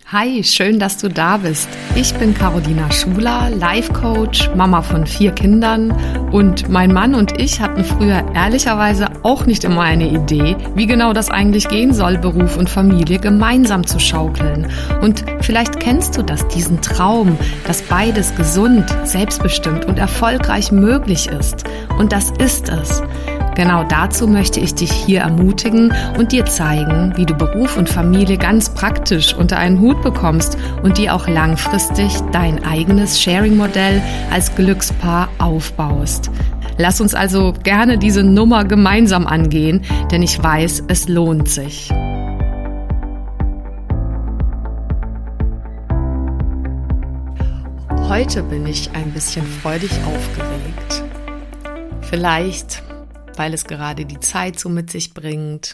Hi, schön, dass du da bist. Ich bin Carolina Schuler, Life Coach, Mama von 4 Kindern und mein Mann und ich hatten früher ehrlicherweise auch nicht immer eine Idee, wie genau das eigentlich gehen soll, Beruf und Familie gemeinsam zu schaukeln. Und vielleicht kennst du das, diesen Traum, dass beides gesund, selbstbestimmt und erfolgreich möglich ist. Und das ist es. Genau dazu möchte ich dich hier ermutigen und dir zeigen, wie du Beruf und Familie ganz praktisch unter einen Hut bekommst und dir auch langfristig dein eigenes Sharing-Modell als Glückspaar aufbaust. Lass uns also gerne diese Nummer gemeinsam angehen, denn ich weiß, es lohnt sich. Heute bin ich ein bisschen freudig aufgeregt. Vielleicht weil es gerade die Zeit so mit sich bringt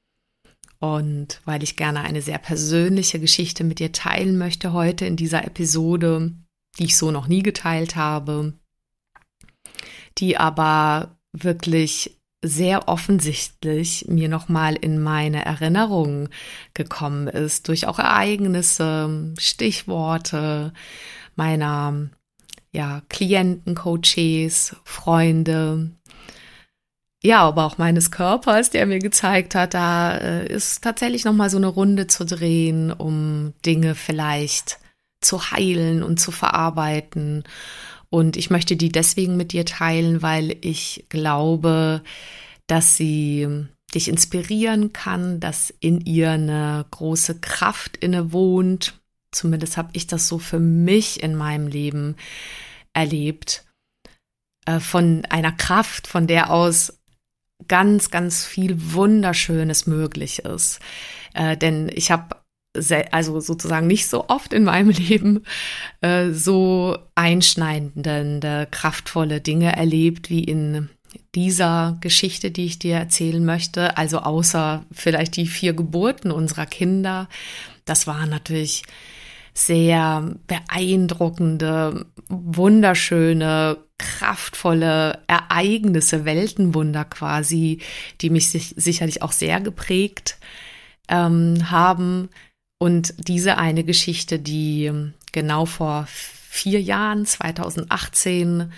und weil ich gerne eine sehr persönliche Geschichte mit dir teilen möchte heute in dieser Episode, die ich so noch nie geteilt habe, die aber wirklich sehr offensichtlich mir nochmal in meine Erinnerung gekommen ist, durch auch Ereignisse, Stichworte meiner Klienten, Coaches, Freunde, ja, aber auch meines Körpers, der mir gezeigt hat, da ist tatsächlich nochmal so eine Runde zu drehen, um Dinge vielleicht zu heilen und zu verarbeiten. Und ich möchte die deswegen mit dir teilen, weil ich glaube, dass sie dich inspirieren kann, dass in ihr eine große Kraft innewohnt. Zumindest habe ich das so für mich in meinem Leben erlebt. Von einer Kraft, von der aus ganz, ganz viel Wunderschönes möglich ist. Denn ich habe also sozusagen nicht so oft in meinem Leben so einschneidende, kraftvolle Dinge erlebt wie in dieser Geschichte, die ich dir erzählen möchte. Also außer vielleicht die 4 Geburten unserer Kinder. Das waren natürlich sehr beeindruckende, wunderschöne, kraftvolle Ereignisse, Weltenwunder quasi, die mich sicherlich auch sehr geprägt haben. Und diese eine Geschichte, die genau vor 4 Jahren, 2018,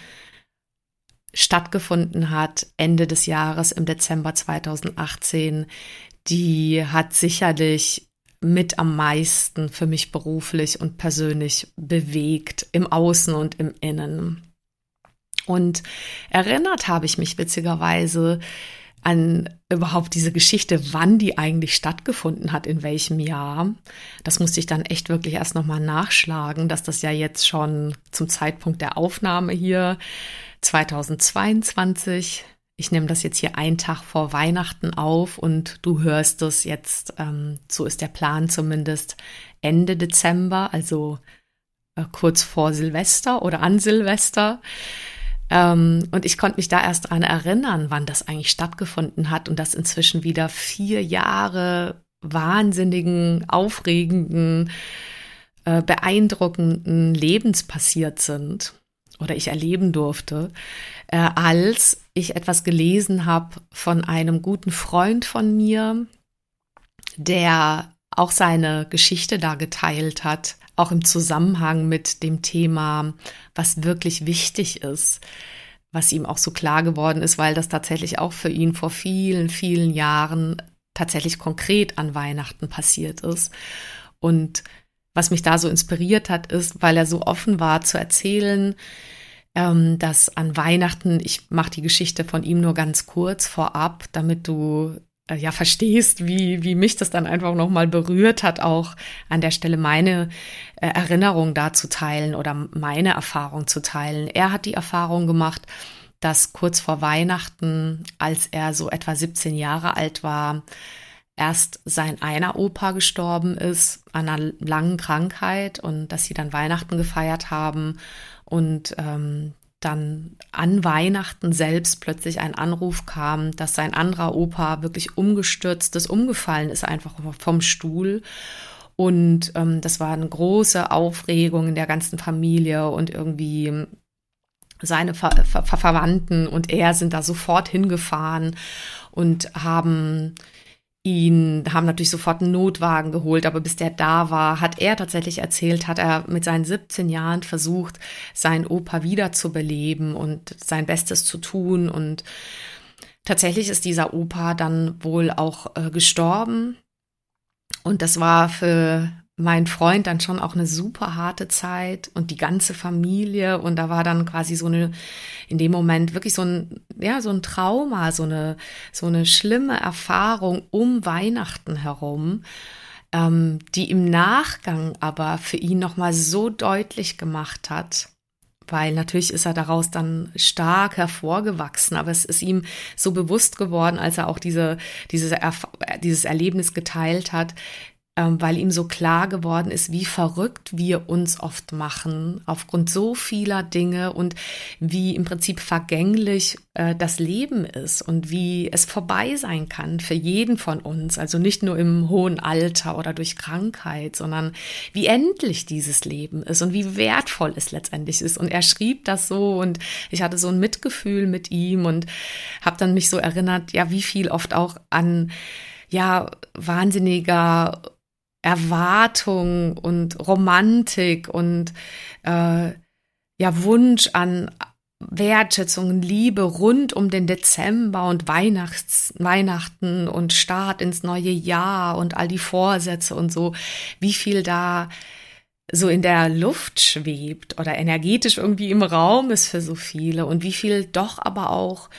stattgefunden hat, Ende des Jahres, im Dezember 2018, die hat sicherlich mit am meisten für mich beruflich und persönlich bewegt, im Außen und im Innen. Und erinnert habe ich mich witzigerweise an überhaupt diese Geschichte, wann die eigentlich stattgefunden hat, in welchem Jahr. Das musste ich dann echt wirklich erst nochmal nachschlagen, dass das ja jetzt schon zum Zeitpunkt der Aufnahme hier 2022, ich nehme das jetzt hier einen Tag vor Weihnachten auf und du hörst es jetzt, so ist der Plan zumindest, Ende Dezember, also kurz vor Silvester oder an Silvester. Und ich konnte mich da erst daran erinnern, wann das eigentlich stattgefunden hat und dass inzwischen wieder 4 Jahre wahnsinnigen, aufregenden, beeindruckenden Lebens passiert sind oder ich erleben durfte, als ich etwas gelesen habe von einem guten Freund von mir, der auch seine Geschichte da geteilt hat, auch im Zusammenhang mit dem Thema, was wirklich wichtig ist, was ihm auch so klar geworden ist, weil das tatsächlich auch für ihn vor vielen, vielen Jahren tatsächlich konkret an Weihnachten passiert ist. Und was mich da so inspiriert hat, ist, weil er so offen war zu erzählen, dass an Weihnachten, ich mache die Geschichte von ihm nur ganz kurz vorab, damit du verstehst, wie mich das dann einfach nochmal berührt hat, auch an der Stelle meine Erinnerung da zu teilen oder meine Erfahrung zu teilen. Er hat die Erfahrung gemacht, dass kurz vor Weihnachten, als er so etwa 17 Jahre alt war, erst sein einer Opa gestorben ist an einer langen Krankheit und dass sie dann Weihnachten gefeiert haben und dann an Weihnachten selbst plötzlich ein Anruf kam, dass sein anderer Opa wirklich umgestürzt ist, umgefallen ist einfach vom Stuhl. Und das war eine große Aufregung in der ganzen Familie und irgendwie seine Verwandten und er sind da sofort hingefahren und haben haben natürlich sofort einen Notwagen geholt, aber bis der da war, hat er tatsächlich erzählt, hat er mit seinen 17 Jahren versucht, seinen Opa wiederzubeleben und sein Bestes zu tun. Und tatsächlich ist dieser Opa dann wohl auch gestorben. Und das war für mein Freund dann schon auch eine super harte Zeit und die ganze Familie. Und da war dann quasi in dem Moment wirklich so ein Trauma, so eine schlimme Erfahrung um Weihnachten herum, die im Nachgang aber für ihn nochmal so deutlich gemacht hat. Weil natürlich ist er daraus dann stark hervorgewachsen, aber es ist ihm so bewusst geworden, als er auch dieses Erlebnis geteilt hat, weil ihm so klar geworden ist, wie verrückt wir uns oft machen aufgrund so vieler Dinge und wie im Prinzip vergänglich das Leben ist und wie es vorbei sein kann für jeden von uns, also nicht nur im hohen Alter oder durch Krankheit, sondern wie endlich dieses Leben ist und wie wertvoll es letztendlich ist. Und er schrieb das so und ich hatte so ein Mitgefühl mit ihm und habe dann mich so erinnert, ja, wie viel oft auch an wahnsinniger Erwartung und Romantik und Wunsch an Wertschätzung, Liebe rund um den Dezember und Weihnachten und Start ins neue Jahr und all die Vorsätze und so, wie viel da so in der Luft schwebt oder energetisch irgendwie im Raum ist für so viele und wie viel doch aber auch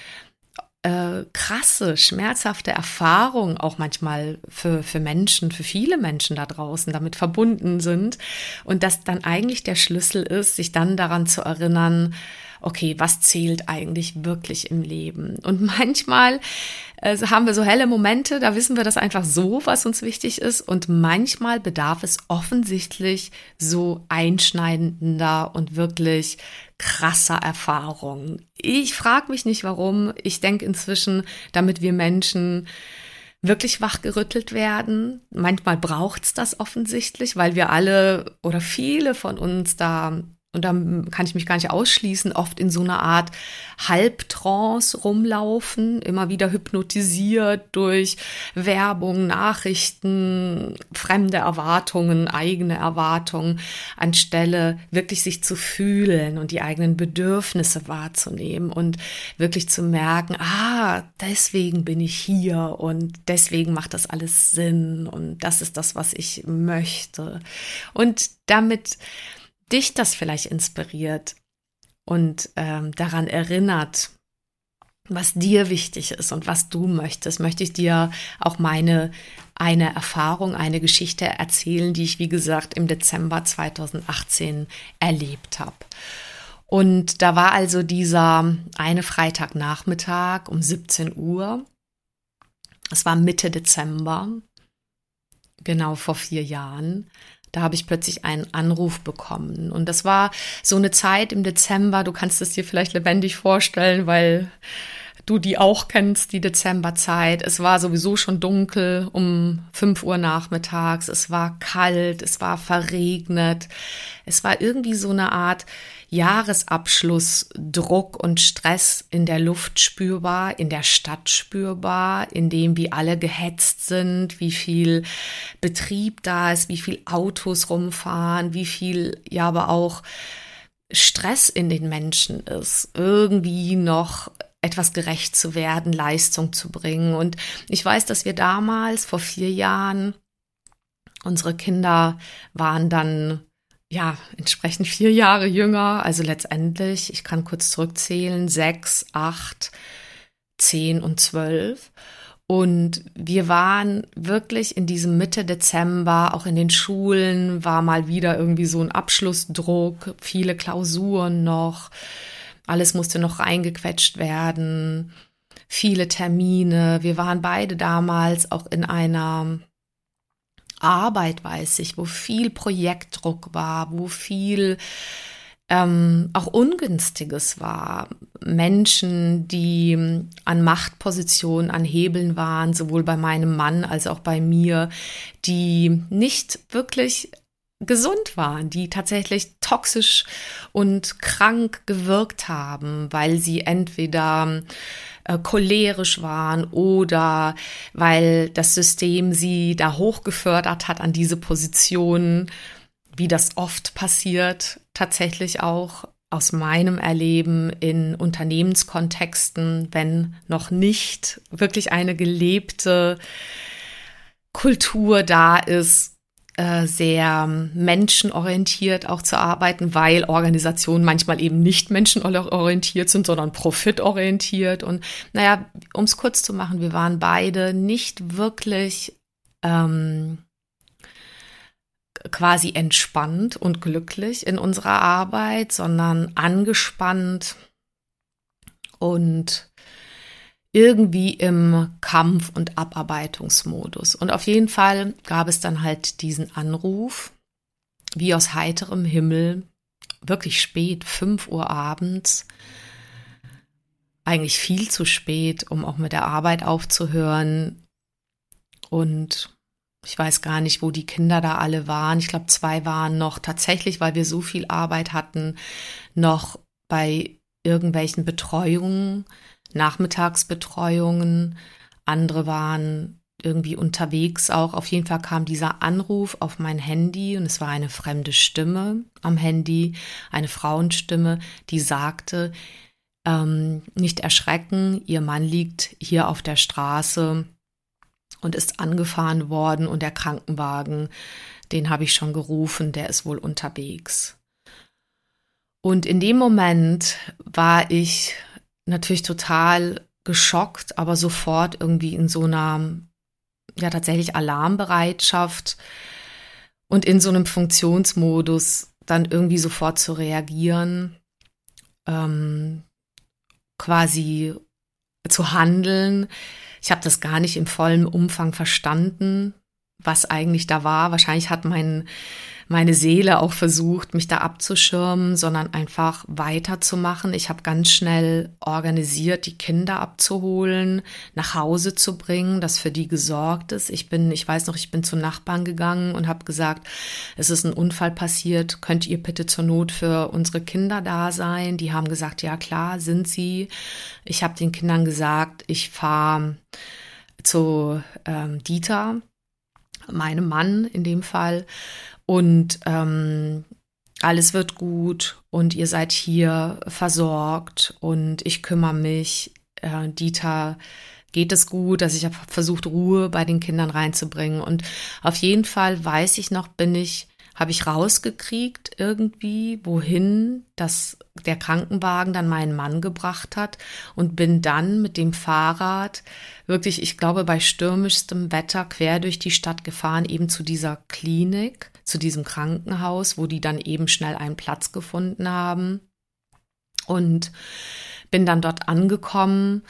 krasse, schmerzhafte Erfahrungen auch manchmal für Menschen, für viele Menschen da draußen damit verbunden sind und dass dann eigentlich der Schlüssel ist, sich dann daran zu erinnern, okay, was zählt eigentlich wirklich im Leben? Und manchmal haben wir so helle Momente, da wissen wir das einfach so, was uns wichtig ist. Und manchmal bedarf es offensichtlich so einschneidender und wirklich krasser Erfahrungen. Ich frage mich nicht, warum. Ich denke inzwischen, damit wir Menschen wirklich wachgerüttelt werden. Manchmal braucht es das offensichtlich, weil wir alle oder viele von uns da, und da kann ich mich gar nicht ausschließen, oft in so einer Art Halbtrance rumlaufen, immer wieder hypnotisiert durch Werbung, Nachrichten, fremde Erwartungen, eigene Erwartungen, anstelle wirklich sich zu fühlen und die eigenen Bedürfnisse wahrzunehmen und wirklich zu merken, deswegen bin ich hier und deswegen macht das alles Sinn und das ist das, was ich möchte. Und damit dich das vielleicht inspiriert und daran erinnert, was dir wichtig ist und was du möchtest, möchte ich dir auch eine Erfahrung, eine Geschichte erzählen, die ich, wie gesagt, im Dezember 2018 erlebt habe. Und da war also dieser eine Freitagnachmittag um 17 Uhr. Es war Mitte Dezember, genau vor 4 Jahren. Da habe ich plötzlich einen Anruf bekommen. Und das war so eine Zeit im Dezember, du kannst es dir vielleicht lebendig vorstellen, weil du die auch kennst, die Dezemberzeit. Es war sowieso schon dunkel um 5 Uhr nachmittags. Es war kalt, es war verregnet. Es war irgendwie so eine Art Jahresabschluss, Druck und Stress in der Luft spürbar, in der Stadt spürbar, in dem wie alle gehetzt sind, wie viel Betrieb da ist, wie viel Autos rumfahren, wie viel aber auch Stress in den Menschen ist, irgendwie noch etwas gerecht zu werden, Leistung zu bringen. Und ich weiß, dass wir damals vor 4 Jahren, unsere Kinder waren dann entsprechend 4 Jahre jünger, also letztendlich, ich kann kurz zurückzählen, 6, 8, 10 und 12. Und wir waren wirklich in diesem Mitte Dezember, auch in den Schulen war mal wieder irgendwie so ein Abschlussdruck, viele Klausuren noch, alles musste noch reingequetscht werden, viele Termine. Wir waren beide damals auch in einer Arbeit, weiß ich, wo viel Projektdruck war, wo viel auch Ungünstiges war. Menschen, die an Machtpositionen, an Hebeln waren, sowohl bei meinem Mann als auch bei mir, die nicht wirklich gesund waren, die tatsächlich toxisch und krank gewirkt haben, weil sie entweder cholerisch waren oder weil das System sie da hochgefördert hat an diese Position, wie das oft passiert, tatsächlich auch aus meinem Erleben in Unternehmenskontexten, wenn noch nicht wirklich eine gelebte Kultur da ist, sehr menschenorientiert auch zu arbeiten, weil Organisationen manchmal eben nicht menschenorientiert sind, sondern profitorientiert. Und naja, um es kurz zu machen, wir waren beide nicht wirklich quasi entspannt und glücklich in unserer Arbeit, sondern angespannt und irgendwie im Kampf- und Abarbeitungsmodus. Und auf jeden Fall gab es dann halt diesen Anruf, wie aus heiterem Himmel, wirklich spät, 5 Uhr abends, eigentlich viel zu spät, um auch mit der Arbeit aufzuhören. Und ich weiß gar nicht, wo die Kinder da alle waren. Ich glaube, 2 waren noch tatsächlich, weil wir so viel Arbeit hatten, noch bei irgendwelchen Betreuungen, Nachmittagsbetreuungen. Andere waren irgendwie unterwegs auch. Auf jeden Fall kam dieser Anruf auf mein Handy und es war eine fremde Stimme am Handy, eine Frauenstimme, die sagte, nicht erschrecken, Ihr Mann liegt hier auf der Straße und ist angefahren worden und der Krankenwagen, den habe ich schon gerufen, der ist wohl unterwegs. Und in dem Moment war ich natürlich total geschockt, aber sofort irgendwie in so einer, ja tatsächlich Alarmbereitschaft und in so einem Funktionsmodus dann irgendwie sofort zu reagieren, quasi zu handeln. Ich habe das gar nicht im vollen Umfang verstanden, was eigentlich da war. Wahrscheinlich hat meine Seele auch versucht, mich da abzuschirmen, sondern einfach weiterzumachen. Ich habe ganz schnell organisiert, die Kinder abzuholen, nach Hause zu bringen, dass für die gesorgt ist. Ich bin zu Nachbarn gegangen und habe gesagt, es ist ein Unfall passiert, könnt ihr bitte zur Not für unsere Kinder da sein? Die haben gesagt, ja klar, sind sie. Ich habe den Kindern gesagt, ich fahre zu Dieter, meinem Mann in dem Fall, und alles wird gut und ihr seid hier versorgt und ich kümmere mich. Dieter geht es gut, dass ich habe versucht, Ruhe bei den Kindern reinzubringen. Und auf jeden Fall weiß ich noch, habe ich rausgekriegt irgendwie, wohin der Krankenwagen dann meinen Mann gebracht hat und bin dann mit dem Fahrrad wirklich, ich glaube, bei stürmischstem Wetter quer durch die Stadt gefahren, eben zu dieser Klinik, zu diesem Krankenhaus, wo die dann eben schnell einen Platz gefunden haben und bin dann dort angekommen.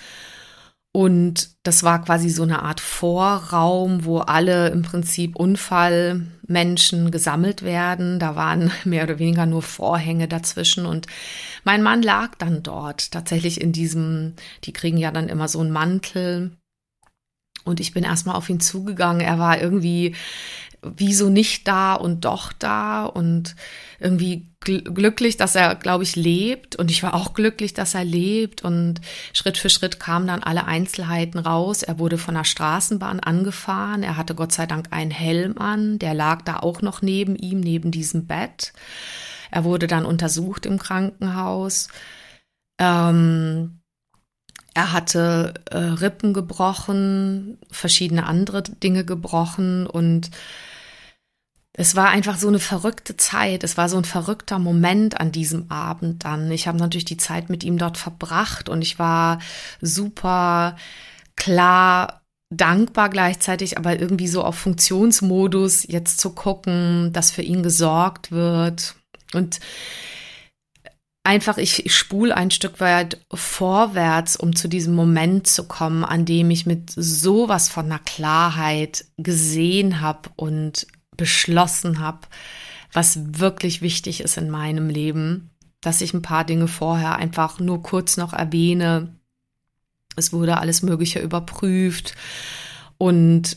Und das war quasi so eine Art Vorraum, wo alle im Prinzip Unfallmenschen gesammelt werden. Da waren mehr oder weniger nur Vorhänge dazwischen. Und mein Mann lag dann dort tatsächlich die kriegen ja dann immer so einen Mantel. Und ich bin erstmal auf ihn zugegangen. Er war irgendwie wie so nicht da und doch da und irgendwie glücklich, dass er, glaube ich, lebt. Und ich war auch glücklich, dass er lebt. Und Schritt für Schritt kamen dann alle Einzelheiten raus. Er wurde von der Straßenbahn angefahren. Er hatte Gott sei Dank einen Helm an. Der lag da auch noch neben ihm, neben diesem Bett. Er wurde dann untersucht im Krankenhaus. Er hatte Rippen gebrochen, verschiedene andere Dinge gebrochen und es war einfach so eine verrückte Zeit. Es war so ein verrückter Moment an diesem Abend dann. Ich habe natürlich die Zeit mit ihm dort verbracht und ich war super klar dankbar gleichzeitig, aber irgendwie so auf Funktionsmodus jetzt zu gucken, dass für ihn gesorgt wird und einfach, ich spule ein Stück weit vorwärts, um zu diesem Moment zu kommen, an dem ich mit sowas von einer Klarheit gesehen habe und beschlossen habe, was wirklich wichtig ist in meinem Leben, dass ich ein paar Dinge vorher einfach nur kurz noch erwähne. Es wurde alles Mögliche überprüft und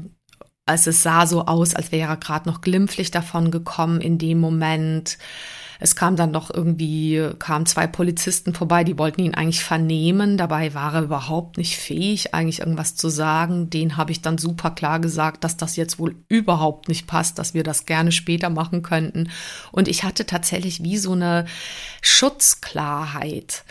es sah so aus, als wäre er gerade noch glimpflich davon gekommen in dem Moment. Es kam dann noch kamen 2 Polizisten vorbei, die wollten ihn eigentlich vernehmen. Dabei war er überhaupt nicht fähig, eigentlich irgendwas zu sagen. Denen habe ich dann super klar gesagt, dass das jetzt wohl überhaupt nicht passt, dass wir das gerne später machen könnten. Und ich hatte tatsächlich wie so eine Schutzklarheit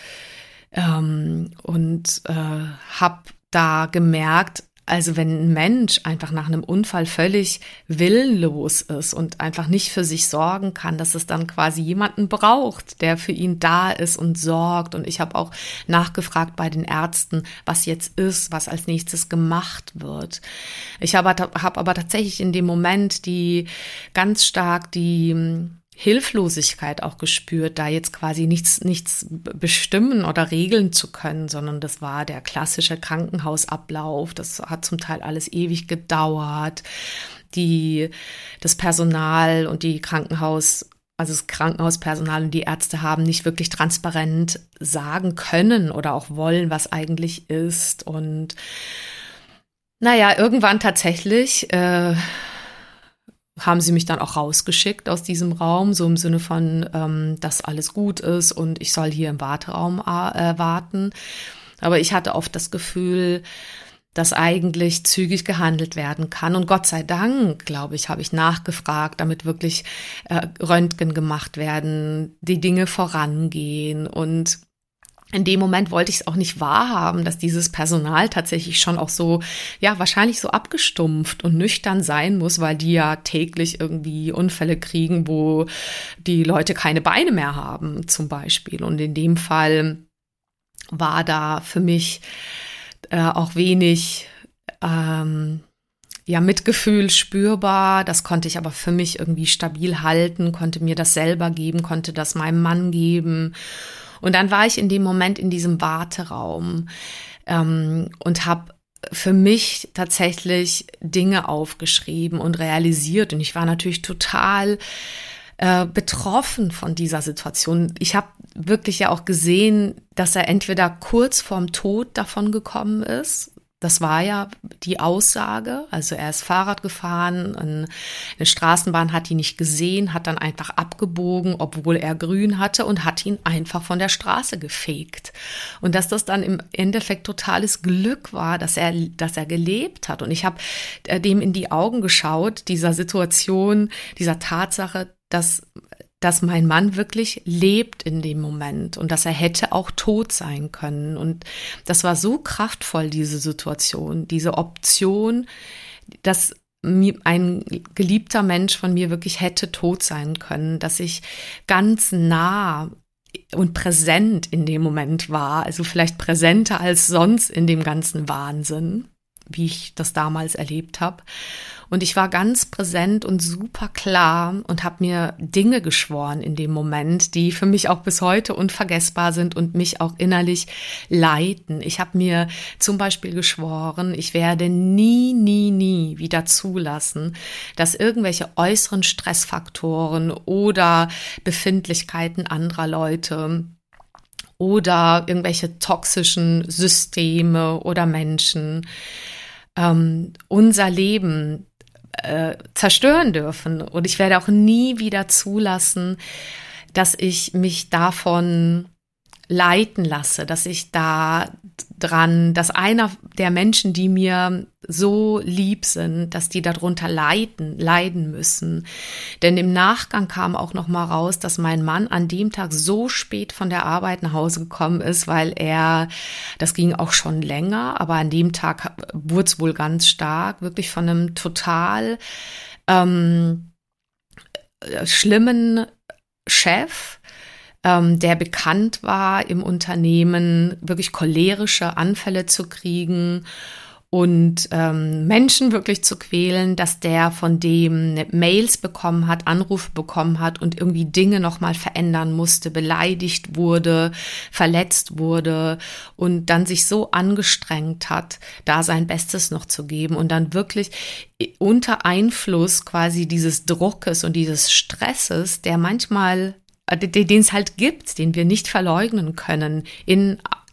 und habe da gemerkt, also wenn ein Mensch einfach nach einem Unfall völlig willenlos ist und einfach nicht für sich sorgen kann, dass es dann quasi jemanden braucht, der für ihn da ist und sorgt. Und ich habe auch nachgefragt bei den Ärzten, was jetzt ist, was als nächstes gemacht wird. Ich habe aber tatsächlich in dem Moment ganz stark die Hilflosigkeit auch gespürt, da jetzt quasi nichts bestimmen oder regeln zu können, sondern das war der klassische Krankenhausablauf. Das hat zum Teil alles ewig gedauert. Das Personal und also das Krankenhauspersonal und die Ärzte haben nicht wirklich transparent sagen können oder auch wollen, was eigentlich ist. Und naja, irgendwann tatsächlich haben sie mich dann auch rausgeschickt aus diesem Raum, so im Sinne von, dass alles gut ist und ich soll hier im Warteraum warten. Aber ich hatte oft das Gefühl, dass eigentlich zügig gehandelt werden kann. Und Gott sei Dank, glaube ich, habe ich nachgefragt, damit wirklich Röntgen gemacht werden, die Dinge vorangehen. Und in dem Moment wollte ich es auch nicht wahrhaben, dass dieses Personal tatsächlich schon auch so, ja, wahrscheinlich so abgestumpft und nüchtern sein muss, weil die ja täglich irgendwie Unfälle kriegen, wo die Leute keine Beine mehr haben, zum Beispiel. Und in dem Fall war da für mich auch wenig Mitgefühl spürbar. Das konnte ich aber für mich irgendwie stabil halten, konnte mir das selber geben, konnte das meinem Mann geben. Und dann war ich in dem Moment in diesem Warteraum und habe für mich tatsächlich Dinge aufgeschrieben und realisiert. Und ich war natürlich total betroffen von dieser Situation. Ich habe wirklich ja auch gesehen, dass er entweder kurz vorm Tod davon gekommen ist. Das war ja die Aussage. Also er ist Fahrrad gefahren, eine Straßenbahn hat ihn nicht gesehen, hat dann einfach abgebogen, obwohl er grün hatte und hat ihn einfach von der Straße gefegt. Und dass das dann im Endeffekt totales Glück war, dass er gelebt hat. Und ich habe dem in die Augen geschaut, dieser Situation, dieser Tatsache, dass mein Mann wirklich lebt in dem Moment und dass er hätte auch tot sein können. Und das war so kraftvoll, diese Situation, diese Option, dass ein geliebter Mensch von mir wirklich hätte tot sein können, dass ich ganz nah und präsent in dem Moment war, also vielleicht präsenter als sonst in dem ganzen Wahnsinn, wie ich das damals erlebt habe. Und ich war ganz präsent und super klar und habe mir Dinge geschworen in dem Moment, die für mich auch bis heute unvergessbar sind und mich auch innerlich leiten. Ich habe mir zum Beispiel geschworen, ich werde nie, nie, nie wieder zulassen, dass irgendwelche äußeren Stressfaktoren oder Befindlichkeiten anderer Leute oder irgendwelche toxischen Systeme oder Menschen unser Leben zerstören dürfen. Und ich werde auch nie wieder zulassen, dass ich mich davon leiten lasse, dass einer der Menschen, die mir so lieb sind, dass die darunter leiden müssen. Denn im Nachgang kam auch noch mal raus, dass mein Mann an dem Tag so spät von der Arbeit nach Hause gekommen ist, weil das ging auch schon länger, aber an dem Tag wurde es wohl ganz stark, wirklich von einem total schlimmen Chef, der bekannt war im Unternehmen, wirklich cholerische Anfälle zu kriegen und Menschen wirklich zu quälen, dass der von dem Mails bekommen hat, Anrufe bekommen hat und irgendwie Dinge nochmal verändern musste, beleidigt wurde, verletzt wurde und dann sich so angestrengt hat, da sein Bestes noch zu geben und dann wirklich unter Einfluss quasi dieses Druckes und dieses Stresses, der manchmal den es halt gibt, den wir nicht verleugnen können, in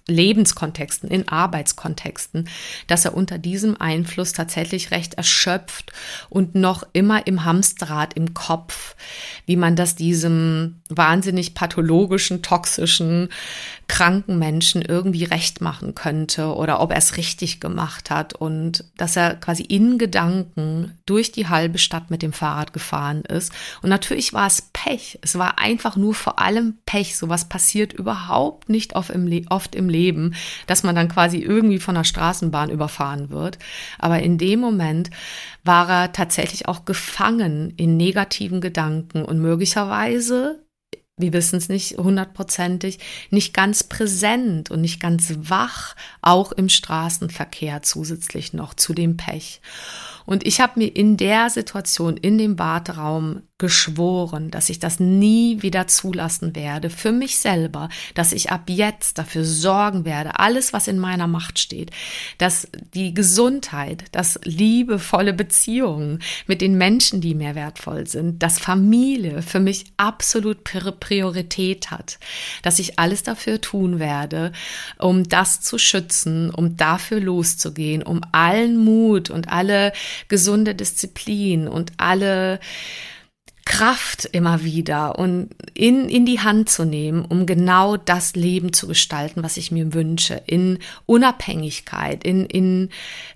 Lebenskontexten, in Arbeitskontexten, dass er unter diesem Einfluss tatsächlich recht erschöpft und noch immer im Hamsterrad im Kopf, wie man das diesem wahnsinnig pathologischen, toxischen, kranken Menschen irgendwie recht machen könnte oder ob er es richtig gemacht hat, und dass er quasi in Gedanken durch die halbe Stadt mit dem Fahrrad gefahren ist. Und natürlich war es Pech. Es war einfach nur vor allem Pech. Sowas passiert überhaupt nicht oft im Leben, dass man dann quasi irgendwie von der Straßenbahn überfahren wird. Aber in dem Moment war er tatsächlich auch gefangen in negativen Gedanken und möglicherweise, wir wissen es nicht hundertprozentig, nicht ganz präsent und nicht ganz wach, auch im Straßenverkehr zusätzlich noch zu dem Pech. Und ich habe mir in der Situation, in dem Warteraum geschworen, dass ich das nie wieder zulassen werde, für mich selber, dass ich ab jetzt dafür sorgen werde, alles, was in meiner Macht steht, dass die Gesundheit, dass liebevolle Beziehungen mit den Menschen, die mir wertvoll sind, dass Familie für mich absolut Priorität hat, dass ich alles dafür tun werde, um das zu schützen, um dafür loszugehen, um allen Mut und alle gesunde Disziplin und alle Kraft immer wieder und in die Hand zu nehmen, um genau das Leben zu gestalten, was ich mir wünsche, in Unabhängigkeit, in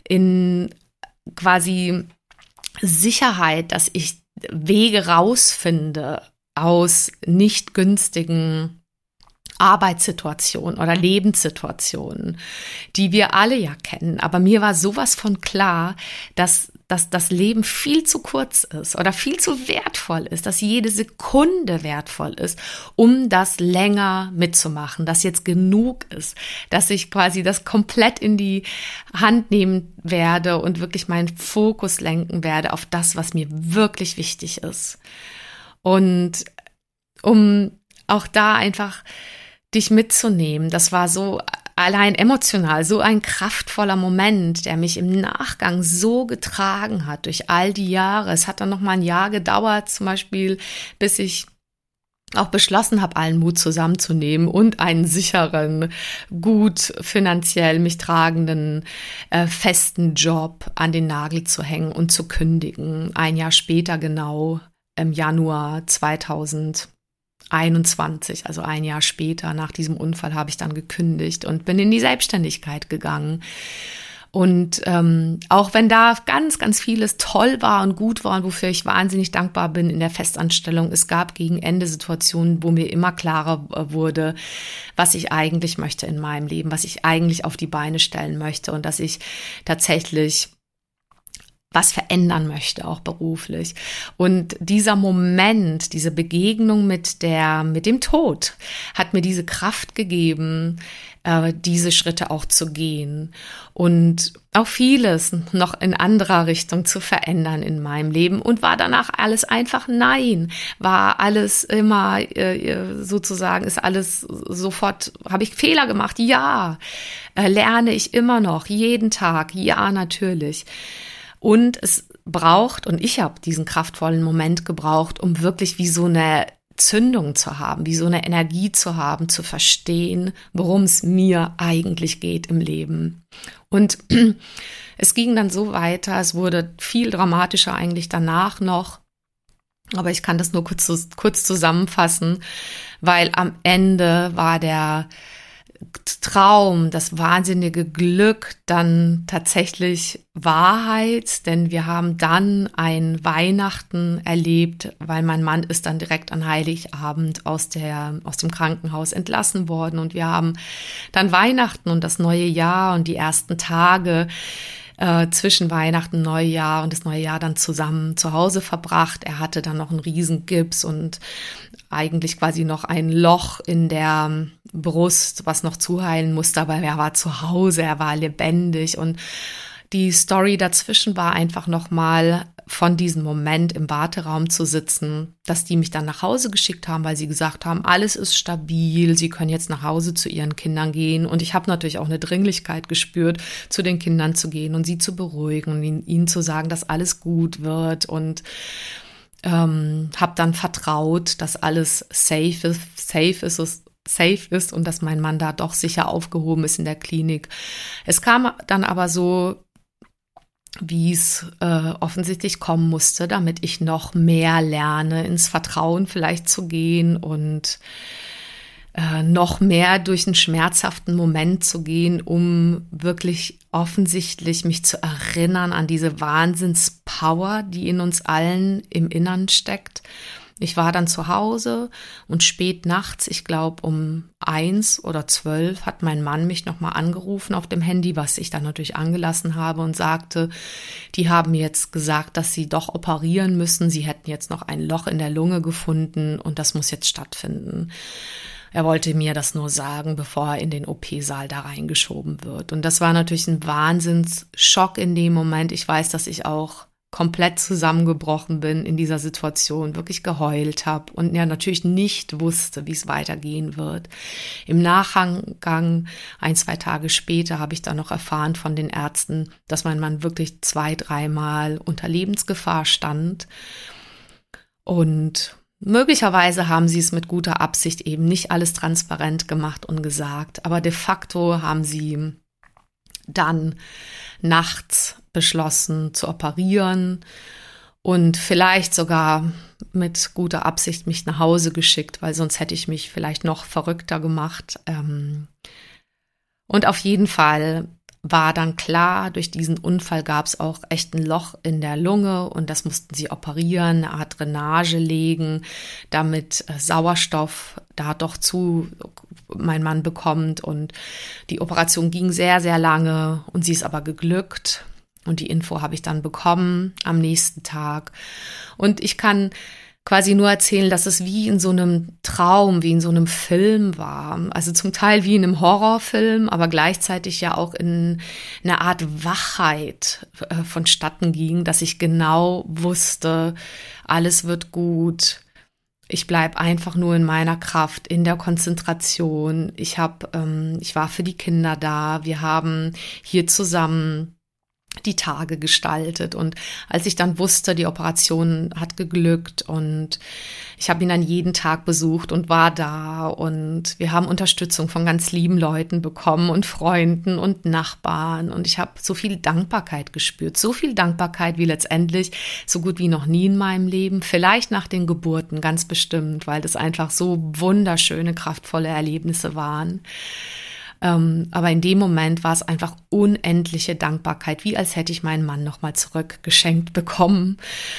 quasi Sicherheit, dass ich Wege rausfinde aus nicht günstigen Arbeitssituationen oder Lebenssituationen, die wir alle ja kennen. Aber mir war sowas von klar, dass das Leben viel zu kurz ist oder viel zu wertvoll ist, dass jede Sekunde wertvoll ist, um das länger mitzumachen, dass jetzt genug ist, dass ich quasi das komplett in die Hand nehmen werde und wirklich meinen Fokus lenken werde auf das, was mir wirklich wichtig ist. Und um auch da einfach dich mitzunehmen, das war so allein emotional, so ein kraftvoller Moment, der mich im Nachgang so getragen hat durch all die Jahre. Es hat dann noch mal ein Jahr gedauert, zum Beispiel, bis ich auch beschlossen habe, allen Mut zusammenzunehmen und einen sicheren, gut finanziell mich tragenden, festen Job an den Nagel zu hängen und zu kündigen. Ein Jahr später, genau im Januar 2021, also ein Jahr später nach diesem Unfall, habe ich dann gekündigt und bin in die Selbstständigkeit gegangen. Und auch wenn da ganz, ganz vieles toll war und gut war und wofür ich wahnsinnig dankbar bin in der Festanstellung, es gab gegen Ende Situationen, wo mir immer klarer wurde, was ich eigentlich möchte in meinem Leben, was ich eigentlich auf die Beine stellen möchte und dass ich tatsächlich was verändern möchte, auch beruflich. Und dieser Moment, diese Begegnung mit dem Tod hat mir diese Kraft gegeben, diese Schritte auch zu gehen und auch vieles noch in anderer Richtung zu verändern in meinem Leben. Und war danach alles einfach nein, war alles immer sozusagen, ist alles sofort, habe ich Fehler gemacht? Ja. Lerne ich immer noch, jeden Tag? Ja, natürlich. Und es braucht, und ich habe diesen kraftvollen Moment gebraucht, um wirklich wie so eine Zündung zu haben, wie so eine Energie zu haben, zu verstehen, worum es mir eigentlich geht im Leben. Und es ging dann so weiter, es wurde viel dramatischer eigentlich danach noch, aber ich kann das nur kurz zusammenfassen, weil am Ende war der Traum, das wahnsinnige Glück dann tatsächlich Wahrheit, denn wir haben dann ein Weihnachten erlebt, weil mein Mann ist dann direkt an Heiligabend aus dem Krankenhaus entlassen worden und wir haben dann Weihnachten und das neue Jahr und die ersten Tage zwischen Weihnachten, Neujahr und das neue Jahr dann zusammen zu Hause verbracht. Er hatte dann noch einen riesen Gips und eigentlich quasi noch ein Loch in der Brust, was noch zuheilen musste, aber er war zu Hause, er war lebendig und die Story dazwischen war einfach nochmal von diesem Moment im Warteraum zu sitzen, dass die mich dann nach Hause geschickt haben, weil sie gesagt haben, alles ist stabil, sie können jetzt nach Hause zu ihren Kindern gehen. Und ich habe natürlich auch eine Dringlichkeit gespürt, zu den Kindern zu gehen und sie zu beruhigen und ihnen zu sagen, dass alles gut wird und habe dann vertraut, dass alles safe ist safe ist und dass mein Mann da doch sicher aufgehoben ist in der Klinik. Es kam dann aber so, wie es offensichtlich kommen musste, damit ich noch mehr lerne, ins Vertrauen vielleicht zu gehen und noch mehr durch einen schmerzhaften Moment zu gehen, um wirklich offensichtlich mich zu erinnern an diese Wahnsinnspower, die in uns allen im Innern steckt. Ich war dann zu Hause und spät nachts, ich glaube um 1 oder 12, hat mein Mann mich nochmal angerufen auf dem Handy, was ich dann natürlich angelassen habe und sagte, die haben jetzt gesagt, dass sie doch operieren müssen. Sie hätten jetzt noch ein Loch in der Lunge gefunden und das muss jetzt stattfinden. Er wollte mir das nur sagen, bevor er in den OP-Saal da reingeschoben wird. Und das war natürlich ein Wahnsinnsschock in dem Moment. Ich weiß, dass ich auch komplett zusammengebrochen bin in dieser Situation, wirklich geheult habe und ja natürlich nicht wusste, wie es weitergehen wird. Im Nachgang, 1, 2 Tage später, habe ich dann noch erfahren von den Ärzten, dass mein Mann wirklich 2, 3 Mal unter Lebensgefahr stand. Und möglicherweise haben sie es mit guter Absicht eben nicht alles transparent gemacht und gesagt, aber de facto haben sie dann nachts beschlossen zu operieren und vielleicht sogar mit guter Absicht mich nach Hause geschickt, weil sonst hätte ich mich vielleicht noch verrückter gemacht. Und auf jeden Fall war dann klar, durch diesen Unfall gab es auch echt ein Loch in der Lunge und das mussten sie operieren, eine Art Drainage legen, damit Sauerstoff da doch zu mein Mann bekommt. Und die Operation ging sehr, sehr lange und sie ist aber geglückt. Und die Info habe ich dann bekommen am nächsten Tag. Und ich kann quasi nur erzählen, dass es wie in so einem Traum, wie in so einem Film war. Also zum Teil wie in einem Horrorfilm, aber gleichzeitig ja auch in einer Art Wachheit vonstatten ging, dass ich genau wusste, alles wird gut. Ich bleibe einfach nur in meiner Kraft, in der Konzentration. Ich war für die Kinder da. Wir haben hier zusammen die Tage gestaltet und als ich dann wusste, die Operation hat geglückt und ich habe ihn dann jeden Tag besucht und war da und wir haben Unterstützung von ganz lieben Leuten bekommen und Freunden und Nachbarn und ich habe so viel Dankbarkeit gespürt, so viel Dankbarkeit wie letztendlich so gut wie noch nie in meinem Leben, vielleicht nach den Geburten ganz bestimmt, weil das einfach so wunderschöne, kraftvolle Erlebnisse waren. Aber in dem Moment war es einfach unendliche Dankbarkeit, wie als hätte ich meinen Mann nochmal zurückgeschenkt bekommen.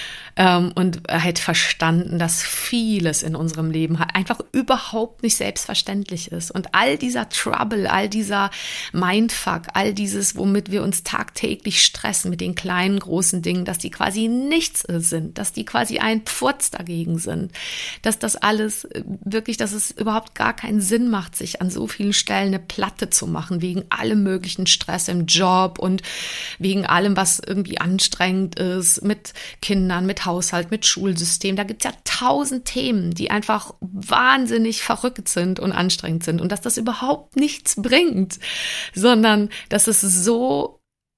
Und er hätte verstanden, dass vieles in unserem Leben einfach überhaupt nicht selbstverständlich ist. Und all dieser Trouble, all dieser Mindfuck, all dieses, womit wir uns tagtäglich stressen mit den kleinen, großen Dingen, dass die quasi nichts sind, dass die quasi ein Pfurz dagegen sind, dass das alles wirklich, dass es überhaupt gar keinen Sinn macht, sich an so vielen Stellen eine Platte zu machen, wegen allem möglichen Stress im Job und wegen allem, was irgendwie anstrengend ist, mit Kindern, mit Haushalt, mit Schulsystem. Da gibt es ja 1000 Themen, die einfach wahnsinnig verrückt sind und anstrengend sind und dass das überhaupt nichts bringt, sondern dass es so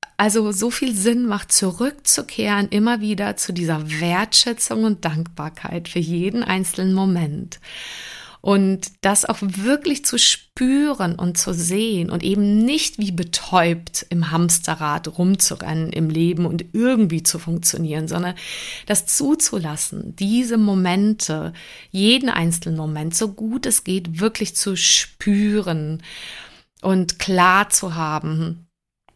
viel Sinn macht, zurückzukehren, immer wieder zu dieser Wertschätzung und Dankbarkeit für jeden einzelnen Moment. Und das auch wirklich zu spüren und zu sehen und eben nicht wie betäubt im Hamsterrad rumzurennen im Leben und irgendwie zu funktionieren, sondern das zuzulassen, diese Momente, jeden einzelnen Moment, so gut es geht, wirklich zu spüren und klar zu haben,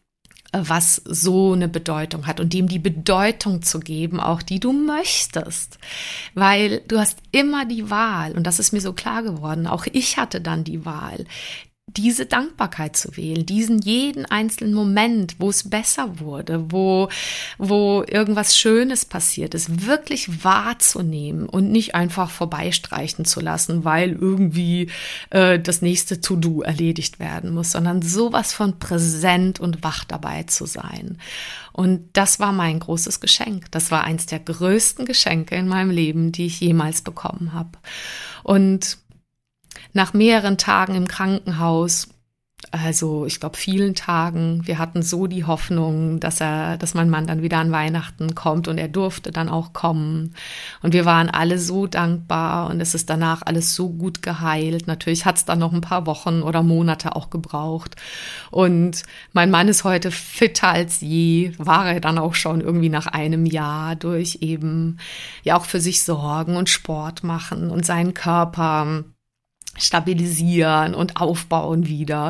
was so eine Bedeutung hat und dem die Bedeutung zu geben, auch die du möchtest, weil du hast immer die Wahl und das ist mir so klar geworden, auch ich hatte dann die Wahl, diese Dankbarkeit zu wählen, diesen jeden einzelnen Moment, wo es besser wurde, wo irgendwas Schönes passiert ist, wirklich wahrzunehmen und nicht einfach vorbeistreichen zu lassen, weil irgendwie das nächste To-Do erledigt werden muss, sondern sowas von präsent und wach dabei zu sein. Und das war mein großes Geschenk. Das war eins der größten Geschenke in meinem Leben, die ich jemals bekommen habe. Und nach mehreren Tagen im Krankenhaus also ich glaube vielen Tagen. Wir hatten so die Hoffnung, dass mein Mann dann wieder an Weihnachten kommt, und er durfte dann auch kommen. Und wir waren alle so dankbar, und es ist danach alles so gut geheilt. Natürlich hat es dann noch ein paar Wochen oder Monate auch gebraucht. Und mein Mann ist heute fitter als je, war er dann auch schon irgendwie nach einem Jahr, durch eben ja auch für sich sorgen und Sport machen und seinen Körper stabilisieren und aufbauen wieder.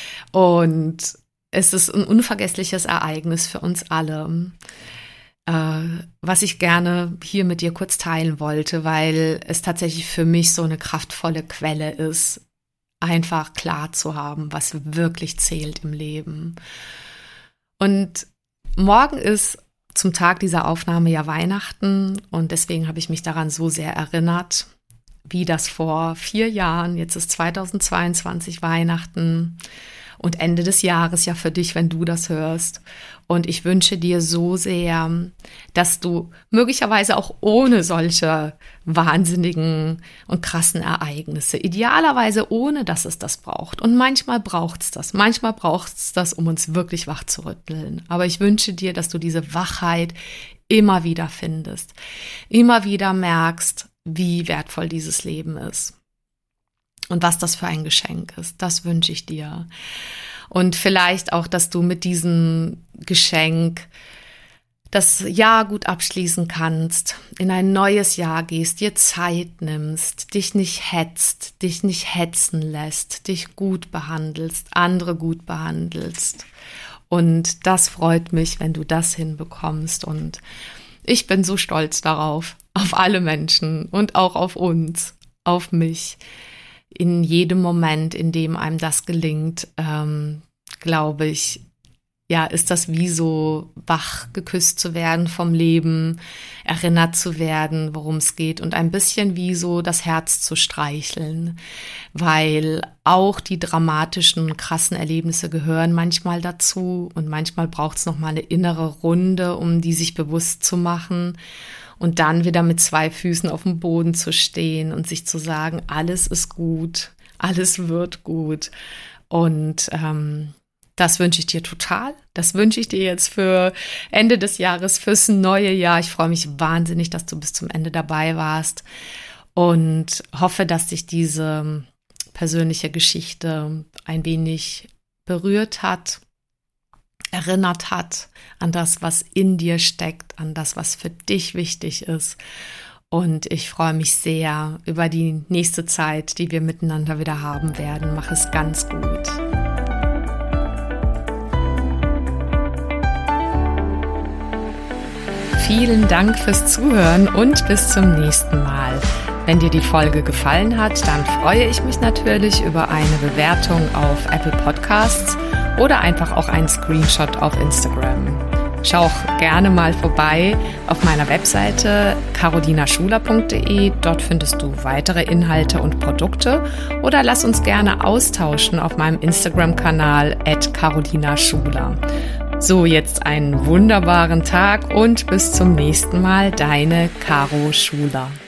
Und es ist ein unvergessliches Ereignis für uns alle, was ich gerne hier mit dir kurz teilen wollte, weil es tatsächlich für mich so eine kraftvolle Quelle ist, einfach klar zu haben, was wirklich zählt im Leben. Und morgen ist zum Tag dieser Aufnahme ja Weihnachten, und deswegen habe ich mich daran so sehr erinnert, wie das vor 4 Jahren, jetzt ist 2022 Weihnachten und Ende des Jahres ja für dich, wenn du das hörst. Und ich wünsche dir so sehr, dass du möglicherweise auch ohne solche wahnsinnigen und krassen Ereignisse, idealerweise ohne, dass es das braucht. Und manchmal braucht es das. Manchmal braucht es das, um uns wirklich wach zu rütteln. Aber ich wünsche dir, dass du diese Wachheit immer wieder findest, immer wieder merkst, wie wertvoll dieses Leben ist und was das für ein Geschenk ist. Das wünsche ich dir. Und vielleicht auch, dass du mit diesem Geschenk das Jahr gut abschließen kannst, in ein neues Jahr gehst, dir Zeit nimmst, dich nicht hetzt, dich nicht hetzen lässt, dich gut behandelst, andere gut behandelst. Und das freut mich, wenn du das hinbekommst. Und ich bin so stolz darauf, auf alle Menschen und auch auf uns, auf mich. In jedem Moment, in dem einem das gelingt, glaube ich, ja, ist das wie so wach geküsst zu werden vom Leben, erinnert zu werden, worum es geht, und ein bisschen wie so das Herz zu streicheln, weil auch die dramatischen, krassen Erlebnisse gehören manchmal dazu, und manchmal braucht es nochmal eine innere Runde, um die sich bewusst zu machen. Und dann wieder mit 2 Füßen auf dem Boden zu stehen und sich zu sagen, alles ist gut, alles wird gut. Und das wünsche ich dir total. Das wünsche ich dir jetzt für Ende des Jahres, fürs neue Jahr. Ich freue mich wahnsinnig, dass du bis zum Ende dabei warst, und hoffe, dass dich diese persönliche Geschichte ein wenig berührt hat, erinnert hat an das, was in dir steckt, an das, was für dich wichtig ist. Und ich freue mich sehr über die nächste Zeit, die wir miteinander wieder haben werden. Mach es ganz gut. Vielen Dank fürs Zuhören und bis zum nächsten Mal. Wenn dir die Folge gefallen hat, dann freue ich mich natürlich über eine Bewertung auf Apple Podcasts oder einfach auch einen Screenshot auf Instagram. Schau auch gerne mal vorbei auf meiner Webseite carolinaschuler.de. Dort findest du weitere Inhalte und Produkte, oder lass uns gerne austauschen auf meinem Instagram-Kanal @carolinaschuler. So, jetzt einen wunderbaren Tag und bis zum nächsten Mal, deine Caro Schuler.